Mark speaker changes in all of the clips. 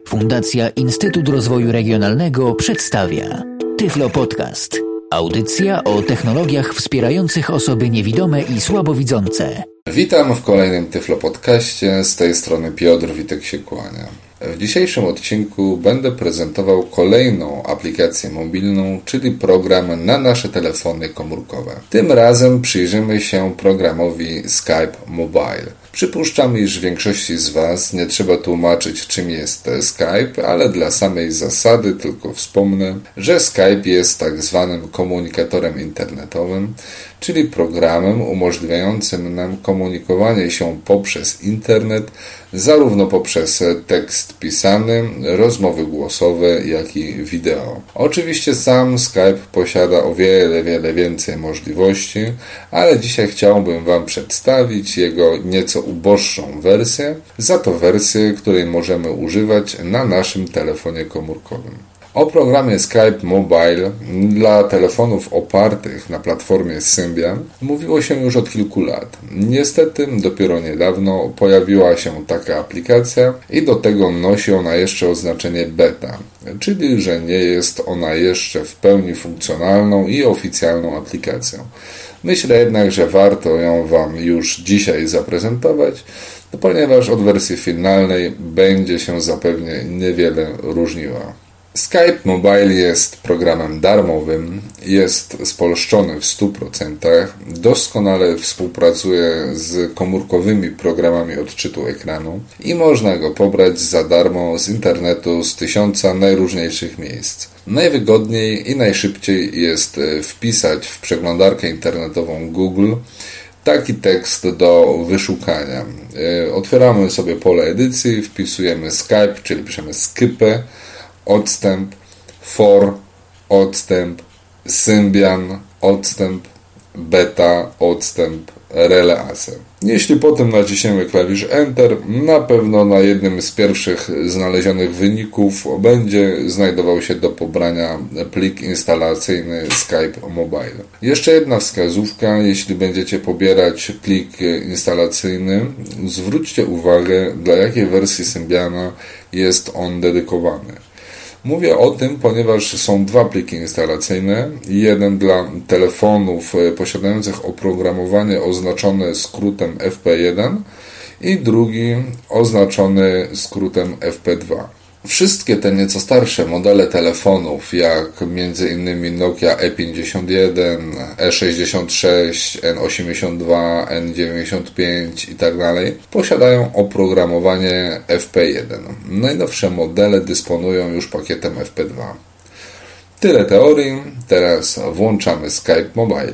Speaker 1: Fundacja Instytut Rozwoju Regionalnego przedstawia Tyflo Podcast. Audycja o technologiach wspierających osoby niewidome i słabowidzące.
Speaker 2: Witam w kolejnym Tyflo Podcaście. Z tej strony Piotr Witek się kłania. W dzisiejszym odcinku będę prezentował kolejną aplikację mobilną, czyli program na nasze telefony komórkowe. Tym razem przyjrzymy się programowi Skype Mobile. Przypuszczam, iż większości z Was nie trzeba tłumaczyć, czym jest Skype, ale dla samej zasady tylko wspomnę, że Skype jest tak zwanym komunikatorem internetowym, czyli programem umożliwiającym nam komunikowanie się poprzez internet, zarówno poprzez tekst pisany, rozmowy głosowe, jak i wideo. Oczywiście sam Skype posiada o wiele więcej możliwości, ale dzisiaj chciałbym Wam przedstawić jego nieco uboższą wersję, za to wersję, której możemy używać na naszym telefonie komórkowym. O programie Skype Mobile dla telefonów opartych na platformie Symbian mówiło się już od kilku lat. Niestety dopiero niedawno pojawiła się taka aplikacja i do tego nosi ona jeszcze oznaczenie beta, czyli że nie jest ona jeszcze w pełni funkcjonalną i oficjalną aplikacją. Myślę jednak, że warto ją Wam już dzisiaj zaprezentować, ponieważ od wersji finalnej będzie się zapewne niewiele różniła. Skype Mobile jest programem darmowym, jest spolszczony w 100%, doskonale współpracuje z komórkowymi programami odczytu ekranu i można go pobrać za darmo z internetu z 1000 najróżniejszych miejsc. Najwygodniej i najszybciej jest wpisać w przeglądarkę internetową Google taki tekst do wyszukania. Otwieramy sobie pole edycji, wpisujemy Skype, czyli piszemy Skype, odstęp, for, odstęp, Symbian, odstęp, beta, odstęp, release. Jeśli potem naciśniemy klawisz Enter, na pewno na jednym z pierwszych znalezionych wyników będzie znajdował się do pobrania plik instalacyjny Skype Mobile. Jeszcze jedna wskazówka, jeśli będziecie pobierać plik instalacyjny, zwróćcie uwagę, dla jakiej wersji Symbiana jest on dedykowany. Mówię o tym, ponieważ są dwa pliki instalacyjne. Jeden dla telefonów posiadających oprogramowanie oznaczone skrótem FP1 i drugi oznaczony skrótem FP2. Wszystkie te nieco starsze modele telefonów, jak m.in. Nokia E51, E66, N82, N95 itd. posiadają oprogramowanie FP1. Najnowsze modele dysponują już pakietem FP2. Tyle teorii, teraz włączamy Skype Mobile.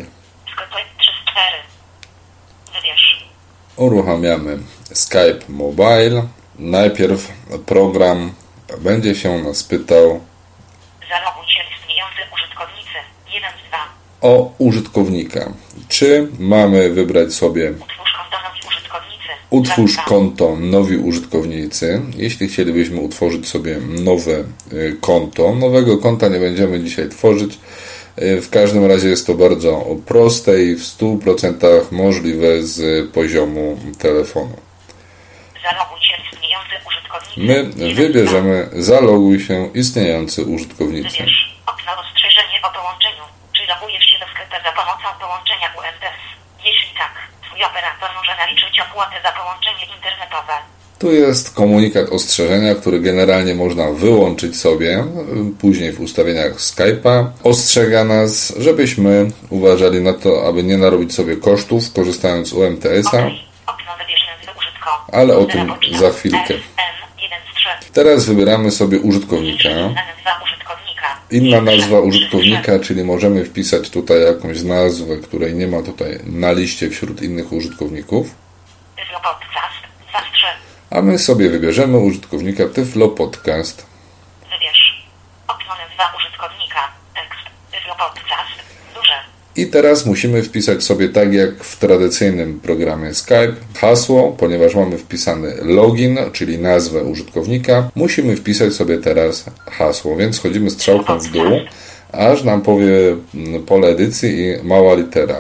Speaker 2: Uruchamiamy Skype Mobile. Najpierw program będzie się nas pytał
Speaker 3: zaloguj się istniejący użytkownicy 1 z 2.
Speaker 2: O użytkownika. Czy mamy wybrać sobie
Speaker 3: Utwórz konto nowi użytkownicy.
Speaker 2: Utwórz konto nowi użytkownicy. Jeśli chcielibyśmy utworzyć sobie nowe konto, nowego konta nie będziemy dzisiaj tworzyć. W każdym razie jest to bardzo proste i w 100% możliwe z poziomu telefonu.
Speaker 3: Zaloguj się istniejący użytkownicy.
Speaker 2: My wybierzemy zaloguj się istniejący użytkownicy.
Speaker 3: Wybierz okno ostrzeżenie o połączeniu. Czy logujesz się do Skype'a za pomocą połączenia UMTS? Jeśli tak, twój operator może naliczyć opłatę za połączenie internetowe.
Speaker 2: Tu jest komunikat ostrzeżenia, który generalnie można wyłączyć sobie później w ustawieniach Skype'a. Ostrzega nas, żebyśmy uważali na to, aby nie narobić sobie kosztów korzystając z UMTS-a.
Speaker 3: Okno wybierz nazwę użytkownika.
Speaker 2: Ale o tym za chwilkę. Teraz wybieramy sobie użytkownika. Inna nazwa użytkownika, czyli możemy wpisać tutaj jakąś nazwę, której nie ma tutaj na liście wśród innych użytkowników.
Speaker 3: Tyflo Podcast 2-3.
Speaker 2: A my sobie wybierzemy użytkownika Tyflo Podcast.
Speaker 3: Wybierz okno nazwa użytkownika. Tekst Tyflo Podcast duże.
Speaker 2: I teraz musimy wpisać sobie, tak jak w tradycyjnym programie Skype, hasło, ponieważ mamy wpisany login, czyli nazwę użytkownika. Musimy wpisać sobie teraz hasło, więc chodzimy strzałką w dół, aż nam powie pole edycji i mała litera.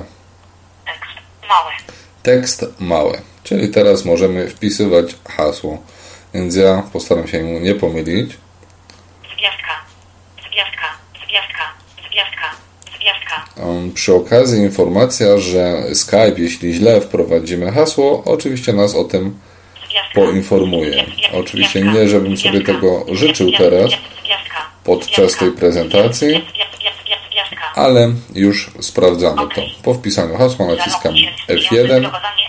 Speaker 3: Tekst mały.
Speaker 2: Tekst mały. Czyli teraz możemy wpisywać hasło. więc ja postaram się mu nie pomylić. Przy okazji informacja, że Skype, jeśli źle wprowadzimy hasło, oczywiście nas o tym poinformuje. Oczywiście nie, żebym sobie tego życzył teraz podczas tej prezentacji, ale już sprawdzamy to. Po wpisaniu hasła naciskam F1.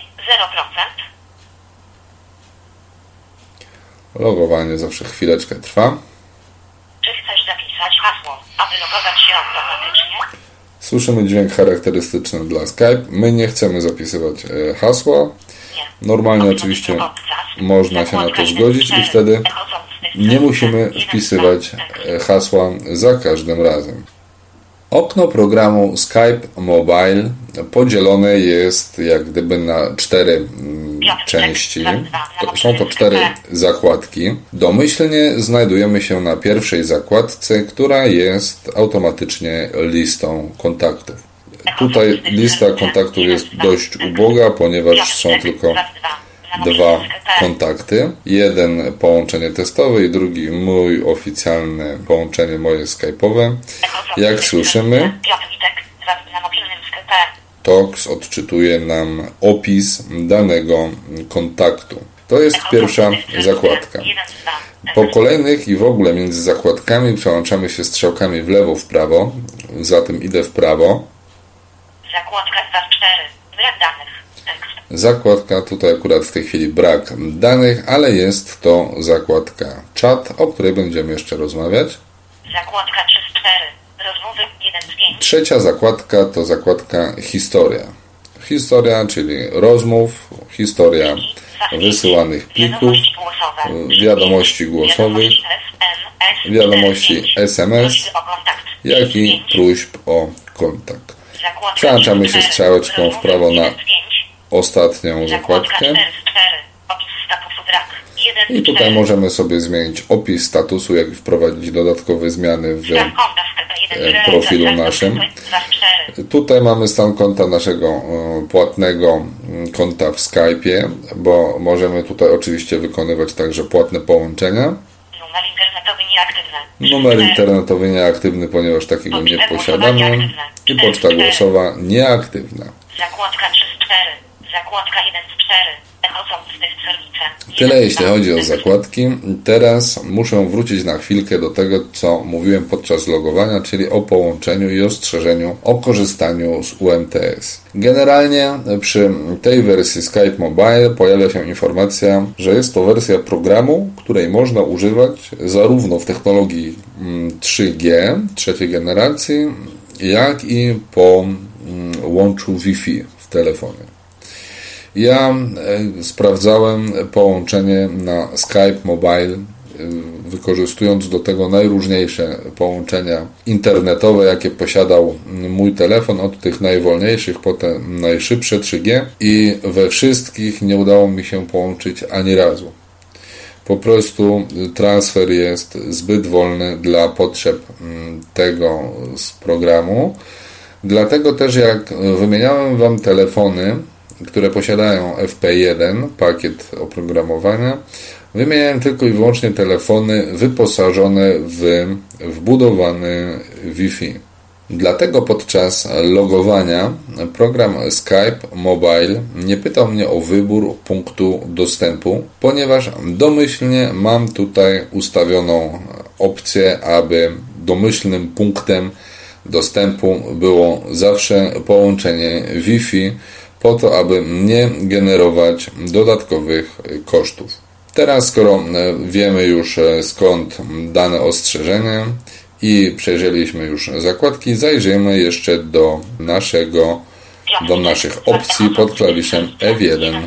Speaker 2: Logowanie zawsze chwileczkę trwa.
Speaker 3: Czy chcesz zapisać hasło, aby logować się automatycznie?
Speaker 2: Słyszymy dźwięk charakterystyczny dla Skype. My nie chcemy zapisywać hasła. Normalnie oczywiście można się na to zgodzić i wtedy nie musimy wpisywać hasła za każdym razem. Okno programu Skype Mobile podzielone jest jak gdyby na 4 części. Są to 4 zakładki. Domyślnie znajdujemy się na pierwszej zakładce, która jest automatycznie listą kontaktów. Tutaj lista kontaktów jest dość uboga, ponieważ są tylko 2 kontakty. Jeden połączenie testowe i drugi mój oficjalne połączenie moje skype'owe. Jak słyszymy, TOX odczytuje nam opis danego kontaktu. To jest pierwsza zakładka. Po kolejnych i w ogóle między zakładkami przełączamy się strzałkami w lewo, w prawo. Zatem idę w prawo.
Speaker 3: Zakładka 2.4. Brak danych.
Speaker 2: Zakładka, tutaj akurat w tej chwili brak danych, ale jest to zakładka czat, o której będziemy jeszcze rozmawiać.
Speaker 3: Zakładka 3.4. Rozmowy 1 z 5.
Speaker 2: Trzecia zakładka to zakładka historia. Historia, czyli rozmów, historia wysyłanych plików, wiadomości głosowych, wiadomości SMS, jak i próśb o kontakt. Przełączamy się strzałeczką w prawo na ostatnią zakładkę i tutaj możemy sobie zmienić opis statusu, jak i wprowadzić dodatkowe zmiany w profilu naszym. Tutaj mamy stan konta naszego płatnego konta w Skype'ie, bo możemy tutaj oczywiście wykonywać także płatne połączenia.
Speaker 3: Numer internetowy nieaktywny.
Speaker 2: Numer internetowy nieaktywny, ponieważ takiego nie posiadamy. I poczta głosowa nieaktywna.
Speaker 3: Zakładka 3.4. Zakładka 1 z 4.
Speaker 2: Tyle jeśli chodzi o zakładki. Teraz muszę wrócić na chwilkę do tego, co mówiłem podczas logowania, czyli o połączeniu i ostrzeżeniu o korzystaniu z UMTS. Generalnie przy tej wersji Skype Mobile pojawia się informacja, że jest to wersja programu, której można używać zarówno w technologii 3G, trzeciej generacji, jak i po łączu Wi-Fi w telefonie. Ja sprawdzałem połączenie na Skype Mobile, wykorzystując do tego najróżniejsze połączenia internetowe, jakie posiadał mój telefon, od tych najwolniejszych po te najszybsze 3G, i we wszystkich nie udało mi się połączyć ani razu. Po prostu transfer jest zbyt wolny dla potrzeb tego z programu. Dlatego też jak wymieniałem Wam telefony, które posiadają FP1, pakiet oprogramowania, wymieniałem tylko i wyłącznie telefony wyposażone w wbudowany Wi-Fi. Dlatego podczas logowania program Skype Mobile nie pytał mnie o wybór punktu dostępu, ponieważ domyślnie mam tutaj ustawioną opcję, aby domyślnym punktem dostępu było zawsze połączenie Wi-Fi, po to, aby nie generować dodatkowych kosztów. Teraz, skoro wiemy już skąd dane ostrzeżenia i przejrzeliśmy już zakładki, zajrzyjmy jeszcze do naszych opcji pod klawiszem F1.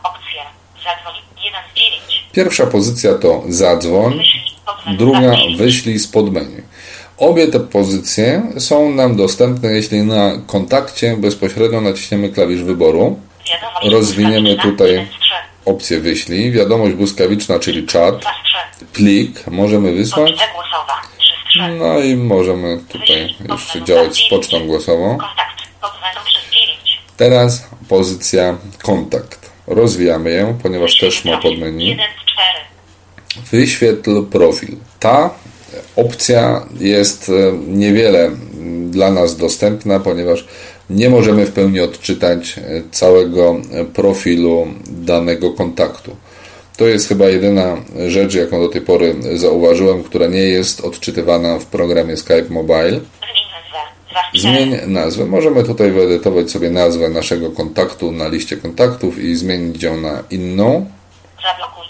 Speaker 2: Pierwsza pozycja to zadzwoń, druga wyślij spod menu. Obie te pozycje są nam dostępne, jeśli na kontakcie bezpośrednio naciśniemy klawisz wyboru. Rozwiniemy tutaj opcję wyślij, wiadomość błyskawiczna, czyli czat, plik możemy wysłać, no i możemy tutaj jeszcze działać z pocztą głosową. Teraz pozycja kontakt. Rozwijamy ją, ponieważ też ma podmenu. Wyświetl profil. Ta opcja jest niewiele dla nas dostępna, ponieważ nie możemy w pełni odczytać całego profilu danego kontaktu. To jest chyba jedyna rzecz, jaką do tej pory zauważyłem, która nie jest odczytywana w programie Skype Mobile. Zmień nazwę. Możemy tutaj wyedytować sobie nazwę naszego kontaktu na liście kontaktów i zmienić ją na inną.
Speaker 3: Zablokuj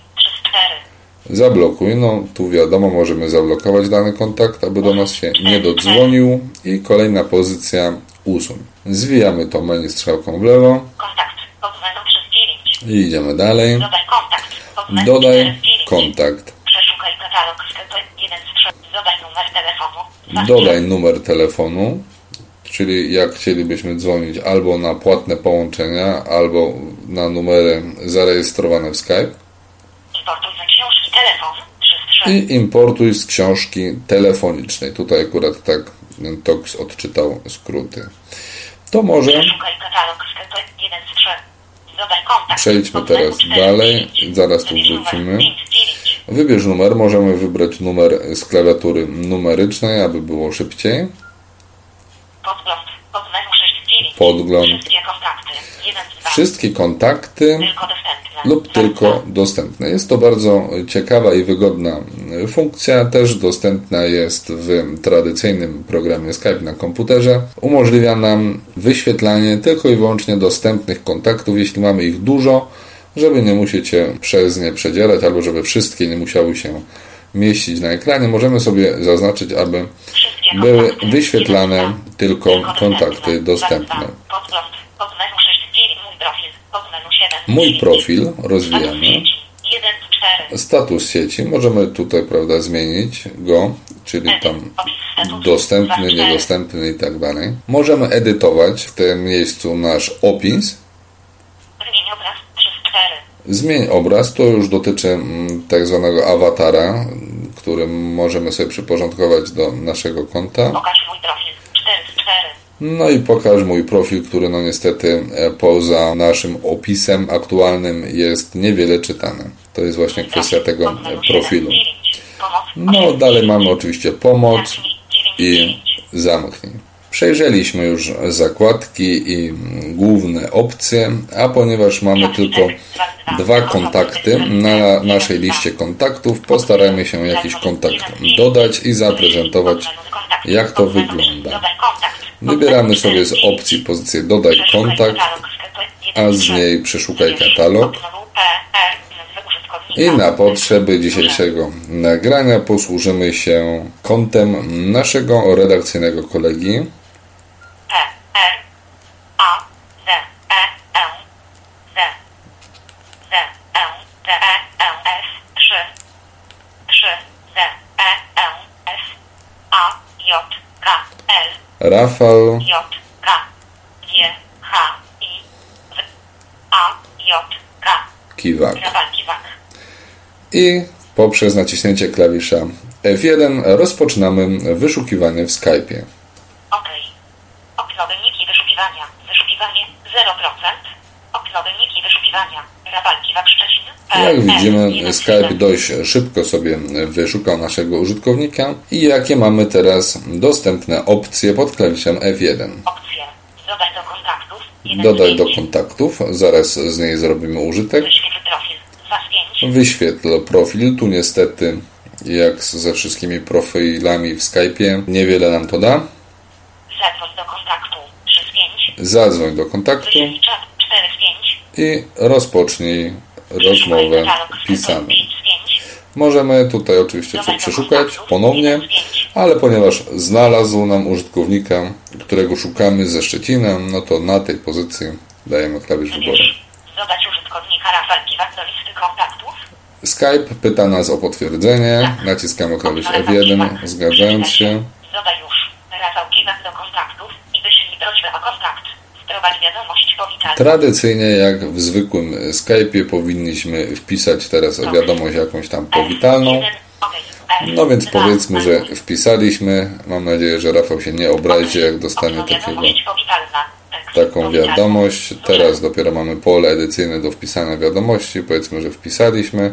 Speaker 3: 3-4.
Speaker 2: Zablokuj. No tu wiadomo, możemy zablokować dany kontakt, aby do nas się nie dodzwonił. I kolejna pozycja usuń. Zwijamy to menu strzałką w lewo.
Speaker 3: Kontakt pod menu przez 9.
Speaker 2: I idziemy dalej.
Speaker 3: Dodaj kontakt pod menu
Speaker 2: Dodaj
Speaker 3: przez 9.
Speaker 2: kontakt.
Speaker 3: Przeszukaj katalog sklepy 1 z 3. Dodaj numer telefonu.
Speaker 2: Dodaj numer telefonu. Czyli jak chcielibyśmy dzwonić albo na płatne połączenia, albo na numery zarejestrowane w Skype.
Speaker 3: Importuj ze książki telefon 3 z 3.
Speaker 2: I importuj z książki telefonicznej. Tutaj akurat tak Tox odczytał skróty. To może
Speaker 3: Przeszukaj katalog sklepy 1 z 3. Dodaj kontakt.
Speaker 2: przejdźmy
Speaker 3: pod menu
Speaker 2: teraz
Speaker 3: 4 z
Speaker 2: dalej.
Speaker 3: 9.
Speaker 2: Zaraz tu
Speaker 3: Wybierz numer
Speaker 2: wrzucimy.
Speaker 3: 5 z 9.
Speaker 2: Wybierz numer. Możemy wybrać numer z klawiatury numerycznej, aby było szybciej.
Speaker 3: Podgląd pod menu 6 z 9.
Speaker 2: Podgląd.
Speaker 3: Wszystkie kontakty 1 z 2.
Speaker 2: Wszystkie kontakty
Speaker 3: Tylko dostępne.
Speaker 2: lub tylko dostępne. Jest to bardzo ciekawa i wygodna funkcja. Też dostępna jest w tradycyjnym programie Skype na komputerze. Umożliwia nam wyświetlanie tylko i wyłącznie dostępnych kontaktów, jeśli mamy ich dużo, żeby nie musieć się przez nie przedzierać, albo żeby wszystkie nie musiały się mieścić na ekranie. Możemy sobie zaznaczyć, aby
Speaker 3: Wszystkie
Speaker 2: były
Speaker 3: kontakty.
Speaker 2: wyświetlane tylko kontakty dostępne.
Speaker 3: Podgląd pod menu 6 z 9. Mój profil pod menu 7 z
Speaker 2: Mój
Speaker 3: 9.
Speaker 2: profil
Speaker 3: Status
Speaker 2: rozwijamy.
Speaker 3: sieci 1 z 4.
Speaker 2: Status sieci. Możemy tutaj, prawda, zmienić go, czyli tam dostępny, niedostępny i tak dalej. Możemy edytować w tym miejscu nasz opis.
Speaker 3: Zmień obraz 3 z 4.
Speaker 2: Zmień obraz. To już dotyczy tak zwanego awatara, który możemy sobie przyporządkować do naszego konta.
Speaker 3: Pokaż mój profil 4 z 4.
Speaker 2: No i pokaż mój profil, który no niestety poza naszym opisem aktualnym jest niewiele czytany. To jest właśnie kwestia tego profilu. No dalej mamy oczywiście pomoc i zamknij. Przejrzeliśmy już zakładki i główne opcje, a ponieważ mamy tylko 2 kontakty na naszej liście kontaktów, postarajmy się jakiś kontakt dodać i zaprezentować, jak to wygląda. Wybieramy sobie z opcji pozycję Dodaj kontakt, a z niej Przeszukaj katalog. I na potrzeby dzisiejszego nagrania posłużymy się kontem naszego redakcyjnego kolegi. Rafał Kiwak. I poprzez naciśnięcie klawisza F1 rozpoczynamy wyszukiwanie w Skype'ie.
Speaker 3: OK. Okno wyniki wyszukiwania. Wyszukiwanie 0%. Okno wyniki wyszukiwania. Rafał Kiwak Szczecin.
Speaker 2: Jak widzimy, Skype dość szybko sobie wyszukał naszego użytkownika. I jakie mamy teraz dostępne opcje pod klawiszem F1?
Speaker 3: Opcje. Dodaj do kontaktów.
Speaker 2: Dodaj do kontaktów. Zaraz z niej zrobimy użytek.
Speaker 3: Wyświetl profil 2 z 5.
Speaker 2: Wyświetl profil. Tu niestety, jak ze wszystkimi profilami w Skype'ie, niewiele nam to da.
Speaker 3: Zadzwoń do kontaktu 3 z 5.
Speaker 2: Zadzwoń do kontaktu
Speaker 3: Wyślij czat 4 z 5.
Speaker 2: i rozpocznij rozmowę pisaną.
Speaker 3: 5 z 5.
Speaker 2: Możemy tutaj oczywiście co przeszukać ponownie, ale ponieważ znalazł nam użytkownika, którego szukamy ze Szczecina, no to na tej pozycji dajemy klawisz wyboru.
Speaker 3: Dodać użytkownika Rafał Kiwak do listy kontaktów.
Speaker 2: Skype pyta nas o potwierdzenie, naciskamy klawisz F1, zgadzając się.
Speaker 3: Dodaj już Rafał Kiwak do kontaktów i wyślij prośbę o kontakt. Wprowadź wiadomość powitalną.
Speaker 2: Tradycyjnie, jak w zwykłym Skype'ie, powinniśmy wpisać teraz wiadomość jakąś tam powitalną. No więc powiedzmy, że wpisaliśmy. Mam nadzieję, że Rafał się nie obrazi, jak dostanie taką wiadomość. Teraz dopiero mamy pole edycyjne do wpisania wiadomości. Powiedzmy, że wpisaliśmy.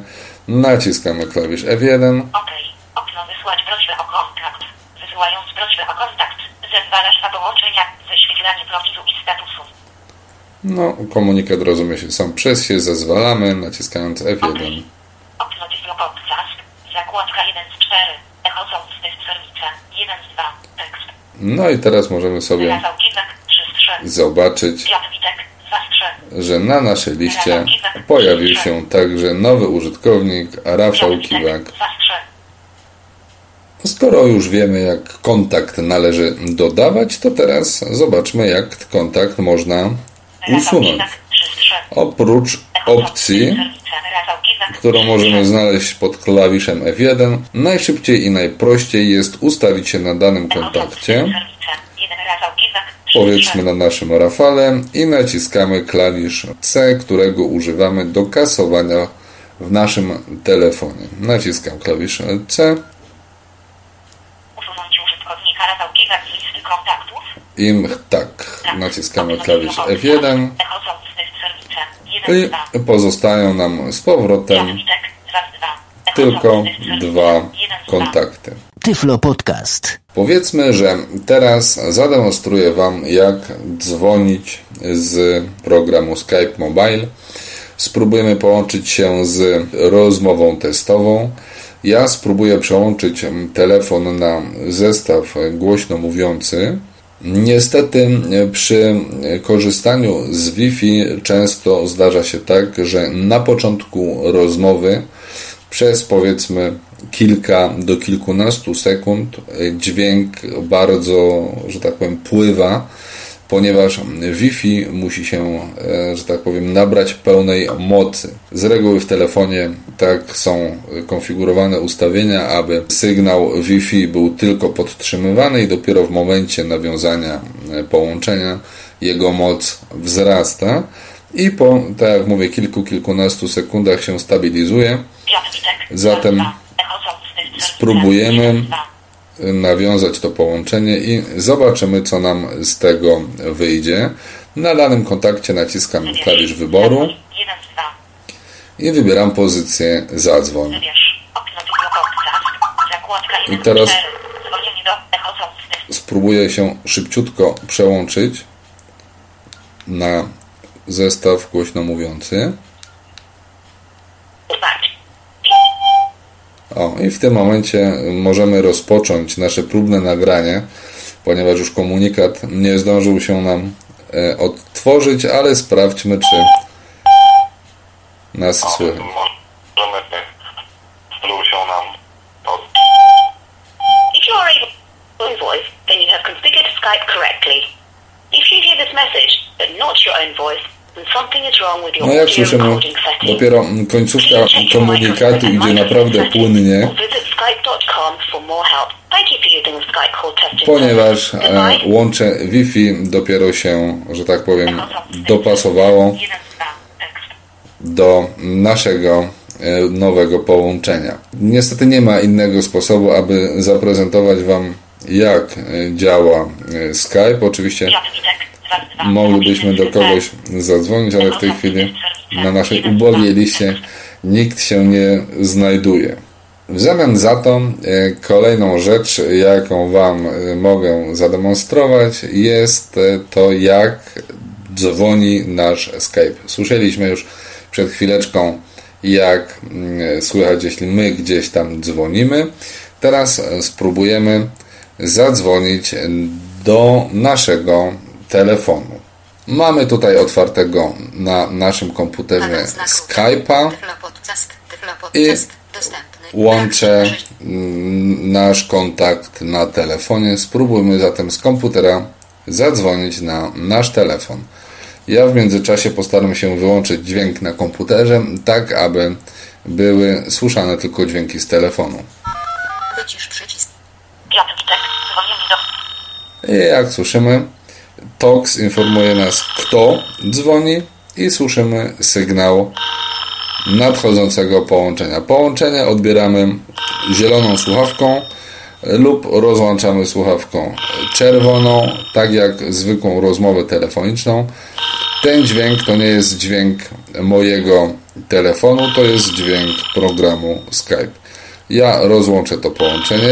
Speaker 2: Naciskamy klawisz F1.
Speaker 3: OK. Okno wysłać prośbę o kontakt. Wysyłając prośbę o kontakt, zezwalasz na połączenia, wyświetlanie profilu i statusu.
Speaker 2: No, komunikat rozumie się sam przez się, zezwalamy, naciskając F1.
Speaker 3: OK. Okno Tiflo Podcast. Zakładka 1 z 4. Echo Sound z serwice. 1 z 2. Tekst.
Speaker 2: No i teraz możemy sobie
Speaker 3: Rafał Kiwek 3 z 3.
Speaker 2: zobaczyć,
Speaker 3: Piotr Witek 2 z 3.
Speaker 2: że na naszej liście pojawił się także nowy użytkownik Rafał Kiwek.
Speaker 3: 2 z 3.
Speaker 2: Skoro już wiemy, jak kontakt należy dodawać, to teraz zobaczmy, jak kontakt można usunąć. Oprócz opcji, którą możemy znaleźć pod klawiszem F1, najszybciej i najprościej jest ustawić się na danym kontakcie, powiedzmy na naszym Rafale, i naciskamy klawisz C, którego używamy do kasowania w naszym telefonie. Naciskam klawisz C.
Speaker 3: Usunąć użytkownika Rafał Kiwek z listy kontaktów.
Speaker 2: Naciskamy klawisz F1 i pozostają nam z powrotem tylko dwa kontakty.
Speaker 1: Tyflo Podcast.
Speaker 2: Powiedzmy, że teraz zademonstruję Wam, jak dzwonić z programu Skype Mobile. Spróbujemy połączyć się z rozmową testową. Ja spróbuję przełączyć telefon na zestaw głośno mówiący. Niestety przy korzystaniu z Wi-Fi często zdarza się tak, że na początku rozmowy przez powiedzmy kilka do kilkunastu sekund dźwięk bardzo, że tak powiem, pływa, ponieważ Wi-Fi musi się, że tak powiem, nabrać pełnej mocy. Z reguły w telefonie tak są konfigurowane ustawienia, aby sygnał Wi-Fi był tylko podtrzymywany i dopiero w momencie nawiązania połączenia jego moc wzrasta i po, tak jak mówię, kilkunastu sekundach się stabilizuje. Zatem spróbujemy nawiązać to połączenie i zobaczymy, co nam z tego wyjdzie. Na danym kontakcie naciskam klawisz wyboru i wybieram pozycję zadzwoń. I teraz spróbuję się szybciutko przełączyć na zestaw głośno mówiący. I w tym momencie możemy rozpocząć nasze próbne nagranie, ponieważ już komunikat nie zdążył się nam odtworzyć, ale sprawdźmy, czy nas słychać.
Speaker 3: If you are able to own voice, then you have configured Skype correctly. If you hear this message, but not your own voice, then something is wrong with your
Speaker 2: No jak
Speaker 3: audio
Speaker 2: słyszymy,
Speaker 3: recording setting.
Speaker 2: dopiero końcówka komunikatu idzie naprawdę płynnie, ponieważ łącze Wi-Fi dopiero się, że tak powiem, dopasowało do naszego nowego połączenia. Niestety nie ma innego sposobu, aby zaprezentować Wam, jak działa Skype. Oczywiście moglibyśmy do kogoś zadzwonić, ale w tej chwili na naszej ubogiej liście nikt się nie znajduje. W zamian za to kolejną rzecz, jaką Wam mogę zademonstrować, jest to, jak dzwoni nasz Skype. Słyszeliśmy już przed chwileczką, jak słychać, jeśli my gdzieś tam dzwonimy. Teraz spróbujemy zadzwonić do naszego telefonu. Mamy tutaj otwartego na naszym komputerze Skype'a i łączę nasz kontakt na telefonie. Spróbujmy zatem z komputera zadzwonić na nasz telefon. Ja w międzyczasie postaram się wyłączyć dźwięk na komputerze, tak aby były słyszane tylko dźwięki z telefonu.
Speaker 3: Wycisz przycisk.
Speaker 2: I jak słyszymy, TOX informuje nas, kto dzwoni, i słyszymy sygnał nadchodzącego połączenia. Połączenie odbieramy zieloną słuchawką lub rozłączamy słuchawką czerwoną, tak jak zwykłą rozmowę telefoniczną. Ten dźwięk to nie jest dźwięk mojego telefonu to jest dźwięk programu Skype. Ja rozłączę to połączenie.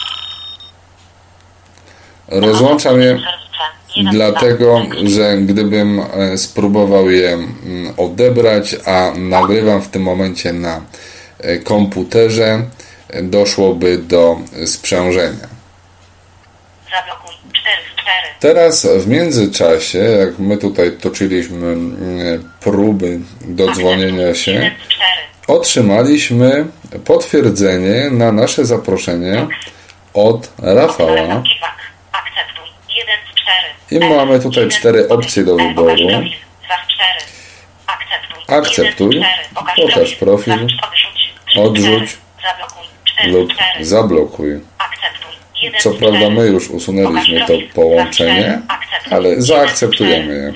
Speaker 2: Rozłączam je dlatego, że gdybym spróbował je odebrać, a nagrywam w tym momencie na komputerze, doszłoby do sprzężenia.
Speaker 3: Zablokuj 4.
Speaker 2: Teraz w międzyczasie, jak my tutaj toczyliśmy próby dodzwonienia się, otrzymaliśmy potwierdzenie na nasze zaproszenie od Rafała. I mamy tutaj 4 opcje do wyboru. Akceptuj, pokaż profil, odrzuć lub zablokuj. Co prawda my już usunęliśmy to połączenie, ale zaakceptujemy je.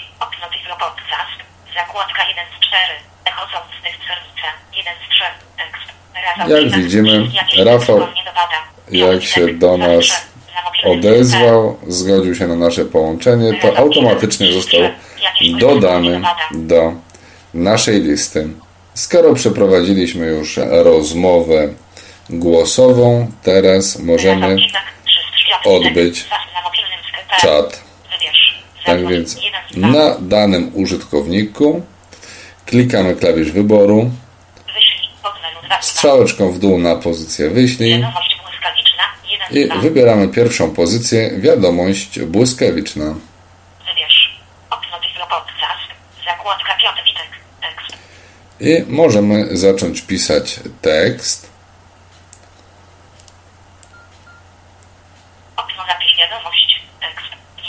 Speaker 2: Jak widzimy, Rafał, jak się do nas odezwał, zgodził się na nasze połączenie, to automatycznie został dodany do naszej listy. Skoro przeprowadziliśmy już rozmowę głosową, teraz możemy odbyć czat. Tak więc na danym użytkowniku klikamy klawisz wyboru, strzałeczką w dół na pozycję wyślij i wybieramy pierwszą pozycję, wiadomość błyskawiczna.
Speaker 3: Wybierz okno Tiflo Podcast, zakładka Piotr Witek, tekst.
Speaker 2: I możemy zacząć pisać tekst.
Speaker 3: Okno napisz wiadomość, tekst.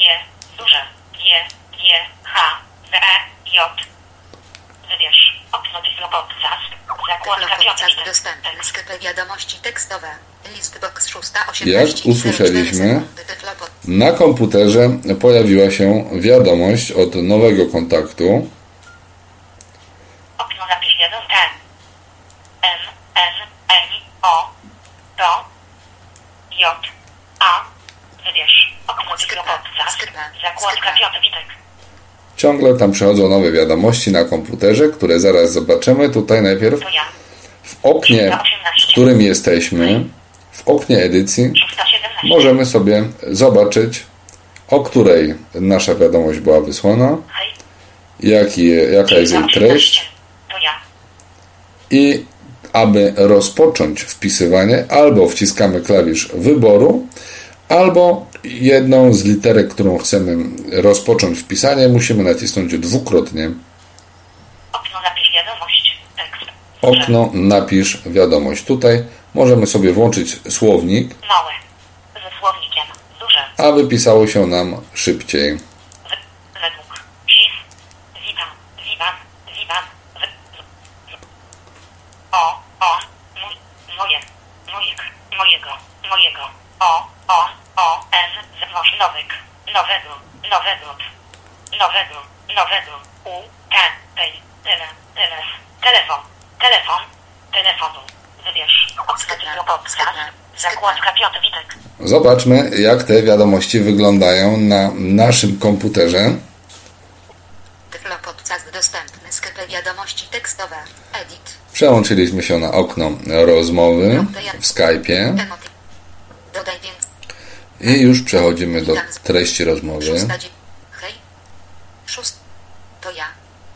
Speaker 3: G, H, W, J. Wybierz okno Tiflo Podcast, zakładka Piotr Witek,
Speaker 4: dostępny sklepy wiadomości tekstowe. Listbox 618.
Speaker 2: Jak usłyszeliśmy, na komputerze pojawiła się wiadomość od nowego kontaktu.
Speaker 3: Okno napisz wiadomość N, O, to, J, A. Wybierz okno Tiflo Podcast, zakładka Piotr Witek.
Speaker 2: Ciągle tam przychodzą nowe wiadomości na komputerze, które zaraz zobaczymy. Tutaj najpierw w oknie, w którym jesteśmy, w oknie edycji, możemy sobie zobaczyć, o której nasza wiadomość była wysłana, jaka jest jej treść i aby rozpocząć wpisywanie, albo wciskamy klawisz wyboru, albo jedną z literek, którą chcemy rozpocząć wpisanie, musimy nacisnąć dwukrotnie.
Speaker 3: Okno napisz wiadomość, tekst.
Speaker 2: Okno napisz wiadomość. Tutaj możemy sobie włączyć słownik,
Speaker 3: Małe, ze słownikiem, duże.
Speaker 2: aby pisało się nam szybciej.
Speaker 3: Według, sis, witam, wiban, o, on, mój, moje, mojego, o, on, n, nowego, u, telefonu. Wybierz okno podcast, zakładka Piotr Witek.
Speaker 2: Zobaczmy, jak te wiadomości wyglądają na naszym komputerze.
Speaker 4: Tiflo Podcast dostępny sklepy wiadomości tekstowe. Edit.
Speaker 2: Przełączyliśmy się na okno rozmowy w Skype'ie
Speaker 4: Dodaj więcej.
Speaker 2: i już przechodzimy do treści rozmowy.
Speaker 4: Hej. To ja.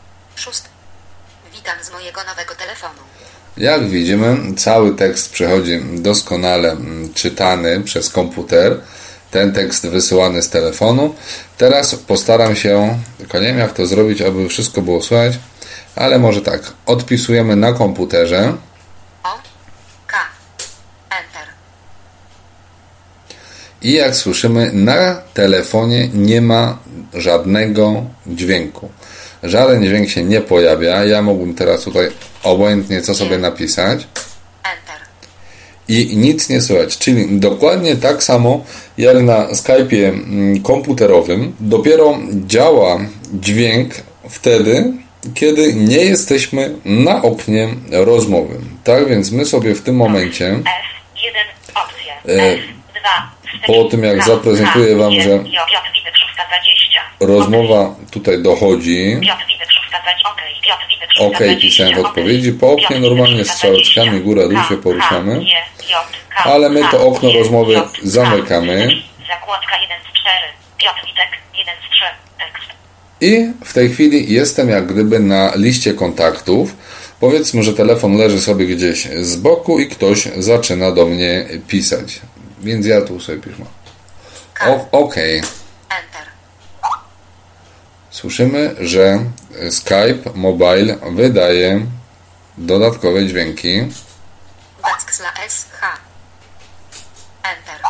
Speaker 4: Witam z mojego nowego telefonu.
Speaker 2: Jak widzimy, cały tekst przechodzi doskonale czytany przez komputer. Ten tekst wysyłany z telefonu. Teraz postaram się, tylko nie wiem jak to zrobić, aby wszystko było słychać, ale może tak, odpisujemy na komputerze.
Speaker 4: O, K, Enter.
Speaker 2: I jak słyszymy, na telefonie nie ma żadnego dźwięku. Żaden dźwięk się nie pojawia. Ja mógłbym teraz tutaj obojętnie co sobie napisać.
Speaker 4: Enter.
Speaker 2: I nic nie słychać. Czyli dokładnie tak samo jak na Skype'ie komputerowym. Dopiero działa dźwięk wtedy, kiedy nie jesteśmy na oknie rozmowym. Tak więc my sobie w tym momencie
Speaker 3: F1 opcje, F2
Speaker 2: po tym jak zaprezentuję Wam, że rozmowa tutaj dochodzi, OK pisałem w odpowiedzi. Po oknie normalnie strzałeczkami góra-dół się poruszamy, ale my to okno rozmowy zamykamy.
Speaker 3: Zakładka 1 z 4. Piotr Witek 1 z 3. Tekst.
Speaker 2: I w tej chwili jestem jak gdyby na liście kontaktów. Powiedzmy, że telefon leży sobie gdzieś z boku i ktoś zaczyna do mnie pisać. Więc ja tu sobie piszę. OK.
Speaker 4: Enter.
Speaker 2: Słyszymy, że Skype Mobile wydaje dodatkowe dźwięki.
Speaker 4: Backslash SH. Enter.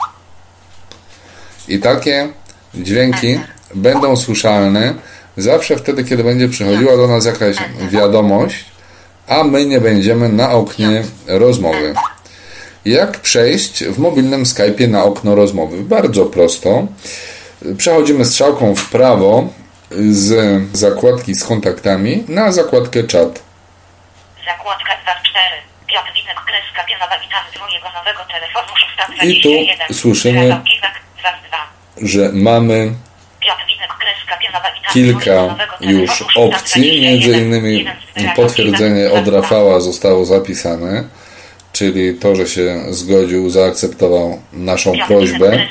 Speaker 2: I takie dźwięki będą słyszalne zawsze wtedy, kiedy będzie przychodziła do nas jakaś wiadomość, a my nie będziemy na oknie rozmowy. Jak przejść w mobilnym Skype'ie na okno rozmowy? Bardzo prosto. Przechodzimy strzałką w prawo z zakładki z kontaktami na zakładkę czat.
Speaker 3: Zakładka 2 z 4. Piotr Witek kreska pionowa witamy z mojego nowego telefonu 621.
Speaker 2: I tu słyszymy,
Speaker 3: Radał Kiwak 2 z 2.
Speaker 2: że mamy
Speaker 3: Piotr Witek kreska pionowa witamy z
Speaker 2: kilka
Speaker 3: mojego nowego telefonu
Speaker 2: już
Speaker 3: 621.
Speaker 2: opcji, między innymi potwierdzenie od Rafała zostało zapisane, czyli to, że się zgodził, zaakceptował naszą prośbę.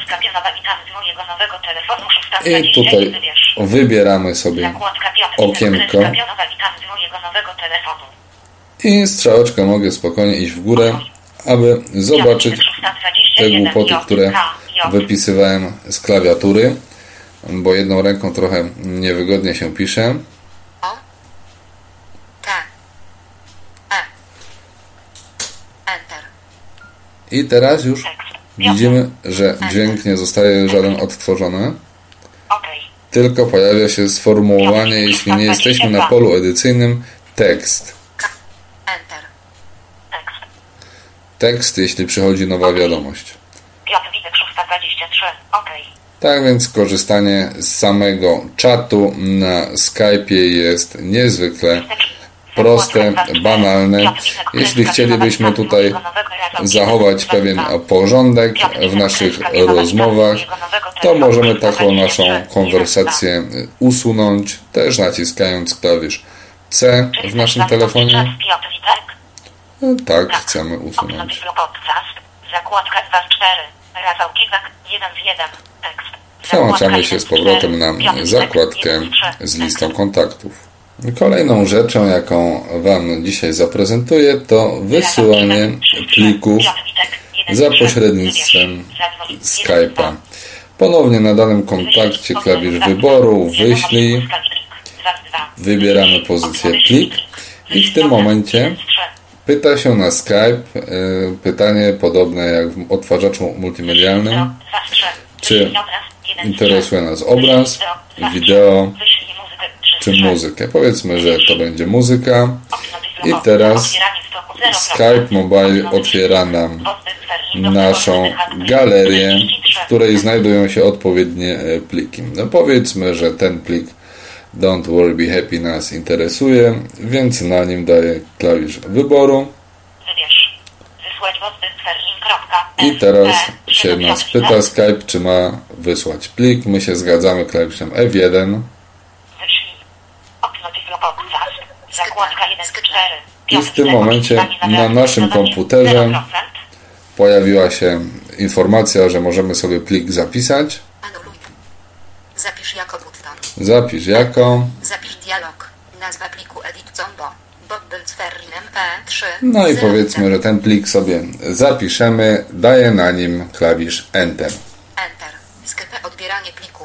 Speaker 2: I tutaj wybieramy sobie okienko i strzałeczkę mogę spokojnie iść w górę, aby zobaczyć te głupoty, które wypisywałem z klawiatury, bo jedną ręką trochę niewygodnie się pisze.
Speaker 4: O. T. E. Enter.
Speaker 2: I teraz już widzimy, że dźwięk nie zostaje żaden odtworzony, tylko pojawia się sformułowanie, jeśli nie jesteśmy na polu edycyjnym, tekst.
Speaker 4: Enter.
Speaker 2: Tekst, jeśli przychodzi nowa wiadomość.
Speaker 3: Piotr Witek 623. OK.
Speaker 2: Tak więc korzystanie z samego czatu na Skype'ie jest niezwykle proste, banalne. Jeśli chcielibyśmy tutaj zachować pewien porządek w naszych rozmowach, to możemy taką naszą konwersację usunąć, też naciskając klawisz C w naszym telefonie. Tak, chcemy usunąć.
Speaker 3: Zakładka 2 z 4. Rafał Kiwak 1 z 1. Tekst.
Speaker 2: Przełączamy się z powrotem na zakładkę z listą kontaktów. Kolejną rzeczą, jaką Wam dzisiaj zaprezentuję, to wysyłanie plików za pośrednictwem Skype'a. Ponownie na danym kontakcie klawisz wyboru, wyślij, wybieramy pozycję plik i w tym momencie pyta się na Skype pytanie podobne jak w odtwarzaczu multimedialnym, czy interesuje nas obraz, wideo czy muzykę. Powiedzmy, że to będzie muzyka i teraz Skype Mobile otwiera nam naszą galerię, w której znajdują się odpowiednie pliki. No powiedzmy, że ten plik Don't Worry Be Happy nas interesuje, więc na nim daję klawisz wyboru. I teraz się nas pyta Skype, czy ma wysłać plik. My się zgadzamy klawiszem F1. I w tym momencie na naszym komputerze pojawiła się informacja, że możemy sobie plik zapisać.
Speaker 4: Zapisz jako button.
Speaker 2: Zapisz jako.
Speaker 4: Zapisz dialog. Nazwa pliku edit combo. P3.
Speaker 2: No i powiedzmy, że ten plik sobie zapiszemy. Daję na nim klawisz Enter.
Speaker 4: Enter. Skype odbieranie pliku.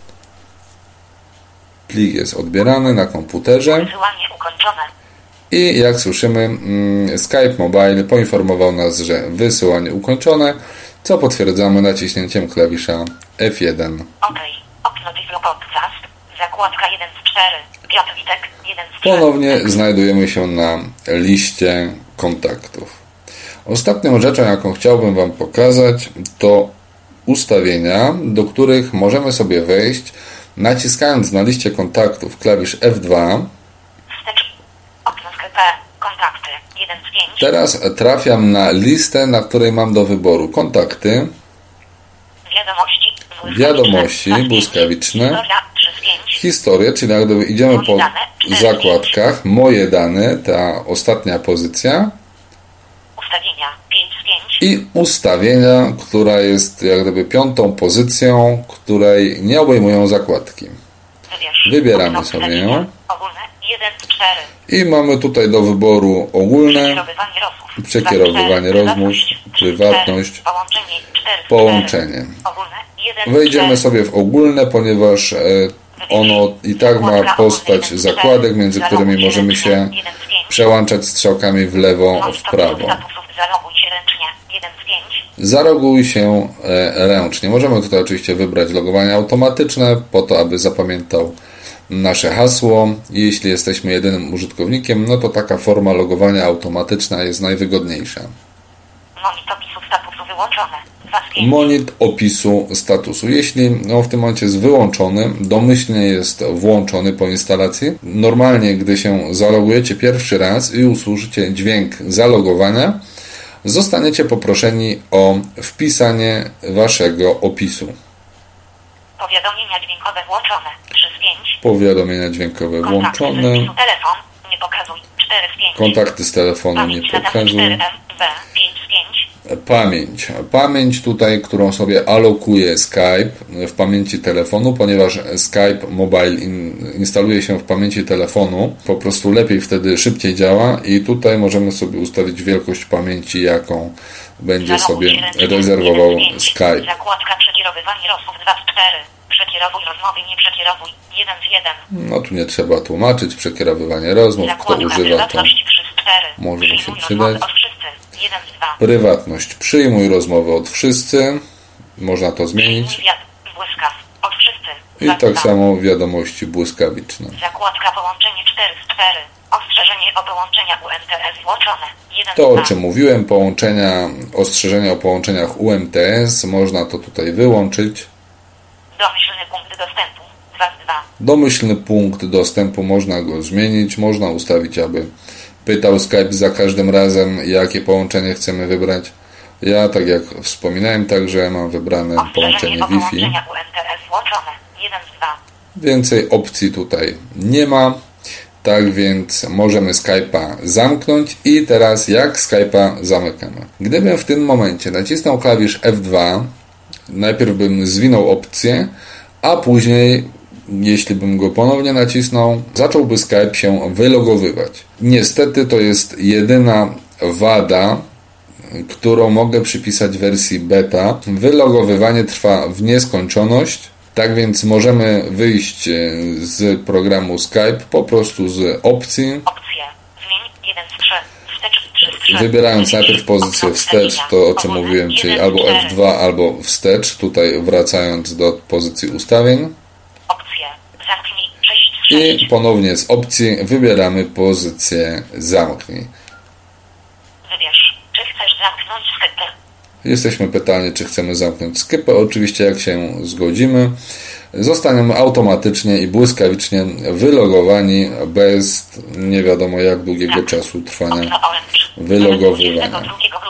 Speaker 2: Plik jest odbierany na komputerze.
Speaker 3: Wysyłanie ukończone.
Speaker 2: I jak słyszymy, Skype Mobile poinformował nas, że wysyłanie ukończone, co potwierdzamy naciśnięciem klawisza F1.
Speaker 3: OK. Okno Tiflo Podcast. Zakładka 1 z 4. Piotr Witek 1 z 3.
Speaker 2: Ponownie znajdujemy się na liście kontaktów. Ostatnią rzeczą, jaką chciałbym Wam pokazać, to ustawienia, do których możemy sobie wejść, naciskając na liście kontaktów klawisz F2.
Speaker 3: Okno Skype. Kontakty 1 z 5.
Speaker 2: Teraz trafiam na listę, na której mam do wyboru kontakty, wiadomości błyskawiczne, historię, czyli jak gdyby idziemy po zakładkach, moje dane, ta ostatnia pozycja.
Speaker 3: Ustawienia 5 z 5.
Speaker 2: I ustawienia, która jest jak gdyby 5. pozycją, której nie obejmują zakładki. Wybieramy sobie ją.
Speaker 3: Ogólne 1 z 4.
Speaker 2: I mamy tutaj do wyboru ogólne, przekierowywanie rozmów, prywatność, połączenie. Wejdziemy sobie w ogólne, ponieważ ono i tak ma postać zakładek, między którymi możemy się przełączać strzałkami w lewo, w prawo. Zaroguj się ręcznie. Możemy tutaj oczywiście wybrać logowanie automatyczne, po to, aby zapamiętał nasze hasło. Jeśli jesteśmy jedynym użytkownikiem, no to taka forma logowania automatyczna jest najwygodniejsza.
Speaker 3: Monit opisu statusu wyłączone.
Speaker 2: Monit opisu statusu. Jeśli w tym momencie jest wyłączony, domyślnie jest włączony po instalacji. Normalnie, gdy się zalogujecie pierwszy raz i usłyszycie dźwięk zalogowania, zostaniecie poproszeni o wpisanie waszego opisu.
Speaker 3: Powiadomienia dźwiękowe włączone. 3 z 5.
Speaker 2: Powiadomienia dźwiękowe włączone.
Speaker 3: Telefon. Nie pokazuj. 4 z 5.
Speaker 2: Kontakty z telefonu nie pokazuj. Pamięć tutaj, którą sobie alokuje Skype w pamięci telefonu, ponieważ Skype Mobile instaluje się w pamięci telefonu, po prostu lepiej wtedy, szybciej działa i tutaj możemy sobie ustawić wielkość pamięci, jaką będzie sobie rezerwował Skype.
Speaker 3: Zakładka przekierowywanie rozmów 2 z 4. Przekierowuj rozmowy, nie przekierowuj 1 z 1.
Speaker 2: No tu nie trzeba tłumaczyć, przekierowywanie rozmów, kto używa to może mi się przydać. Prywatność. Przyjmuj rozmowę od wszyscy. Można to zmienić. I tak samo wiadomości błyskawiczne.
Speaker 3: Zakładka połączenie 4 z 4. Ostrzeżenie o połączeniach UMTS włączone. 1
Speaker 2: to, o czym mówiłem, ostrzeżenia o połączeniach UMTS. Można to tutaj wyłączyć.
Speaker 3: Domyślny punkt dostępu 2 z 2.
Speaker 2: Domyślny punkt dostępu. Można go zmienić. Można ustawić, aby pytał Skype za każdym razem, jakie połączenie chcemy wybrać. Ja, tak jak wspominałem, także mam wybrane połączenie Wi-Fi. Więcej opcji tutaj nie ma. Tak więc możemy Skype'a zamknąć. I teraz jak Skype'a zamykamy? Gdybym w tym momencie nacisnął klawisz F2, najpierw bym zwinął opcję, a później, jeśli bym go ponownie nacisnął, zacząłby Skype się wylogowywać. Niestety to jest jedyna wada, którą mogę przypisać wersji beta. Wylogowywanie trwa w nieskończoność, tak więc możemy wyjść z programu Skype po prostu z opcji. Wybierając najpierw pozycję wstecz, to o czym mówiłem, czyli albo F2, albo wstecz, tutaj wracając do pozycji ustawień. I ponownie z opcji wybieramy pozycję zamknij.
Speaker 3: Wybierz, czy chcesz zamknąć Skype.
Speaker 2: Jesteśmy pytani, czy chcemy zamknąć Skype. Oczywiście jak się zgodzimy, zostaniemy automatycznie i błyskawicznie wylogowani bez nie wiadomo jak długiego czasu trwania wylogowywania.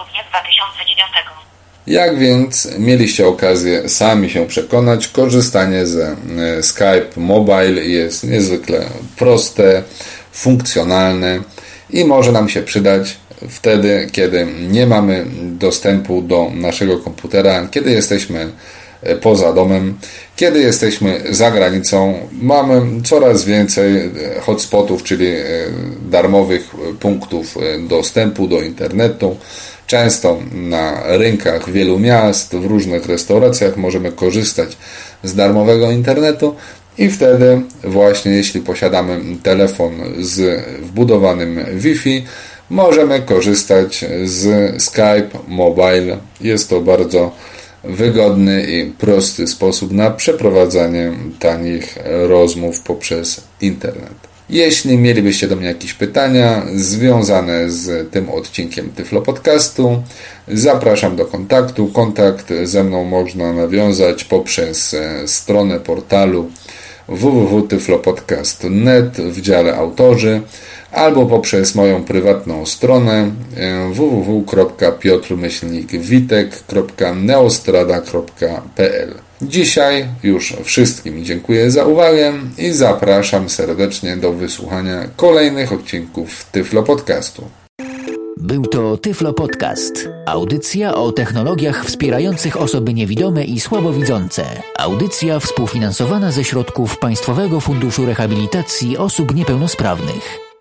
Speaker 2: Jak więc mieliście okazję sami się przekonać, korzystanie ze Skype Mobile jest niezwykle proste, funkcjonalne i może nam się przydać wtedy, kiedy nie mamy dostępu do naszego komputera, kiedy jesteśmy poza domem, kiedy jesteśmy za granicą. Mamy coraz więcej hotspotów, czyli darmowych punktów dostępu do internetu. Często na rynkach wielu miast, w różnych restauracjach możemy korzystać z darmowego internetu i wtedy właśnie jeśli posiadamy telefon z wbudowanym Wi-Fi, możemy korzystać z Skype Mobile. Jest to bardzo wygodny i prosty sposób na przeprowadzanie tanich rozmów poprzez internet. Jeśli mielibyście do mnie jakieś pytania związane z tym odcinkiem Tyflo Podcastu, zapraszam do kontaktu. Kontakt ze mną można nawiązać poprzez stronę portalu www.tyflopodcast.net w dziale autorzy albo poprzez moją prywatną stronę www.piotr-witek.neostrada.pl. Dzisiaj już wszystkim dziękuję za uwagę i zapraszam serdecznie do wysłuchania kolejnych odcinków Tyflo Podcastu.
Speaker 1: Był to Tyflo Podcast. Audycja o technologiach wspierających osoby niewidome i słabowidzące. Audycja współfinansowana ze środków Państwowego Funduszu Rehabilitacji Osób Niepełnosprawnych.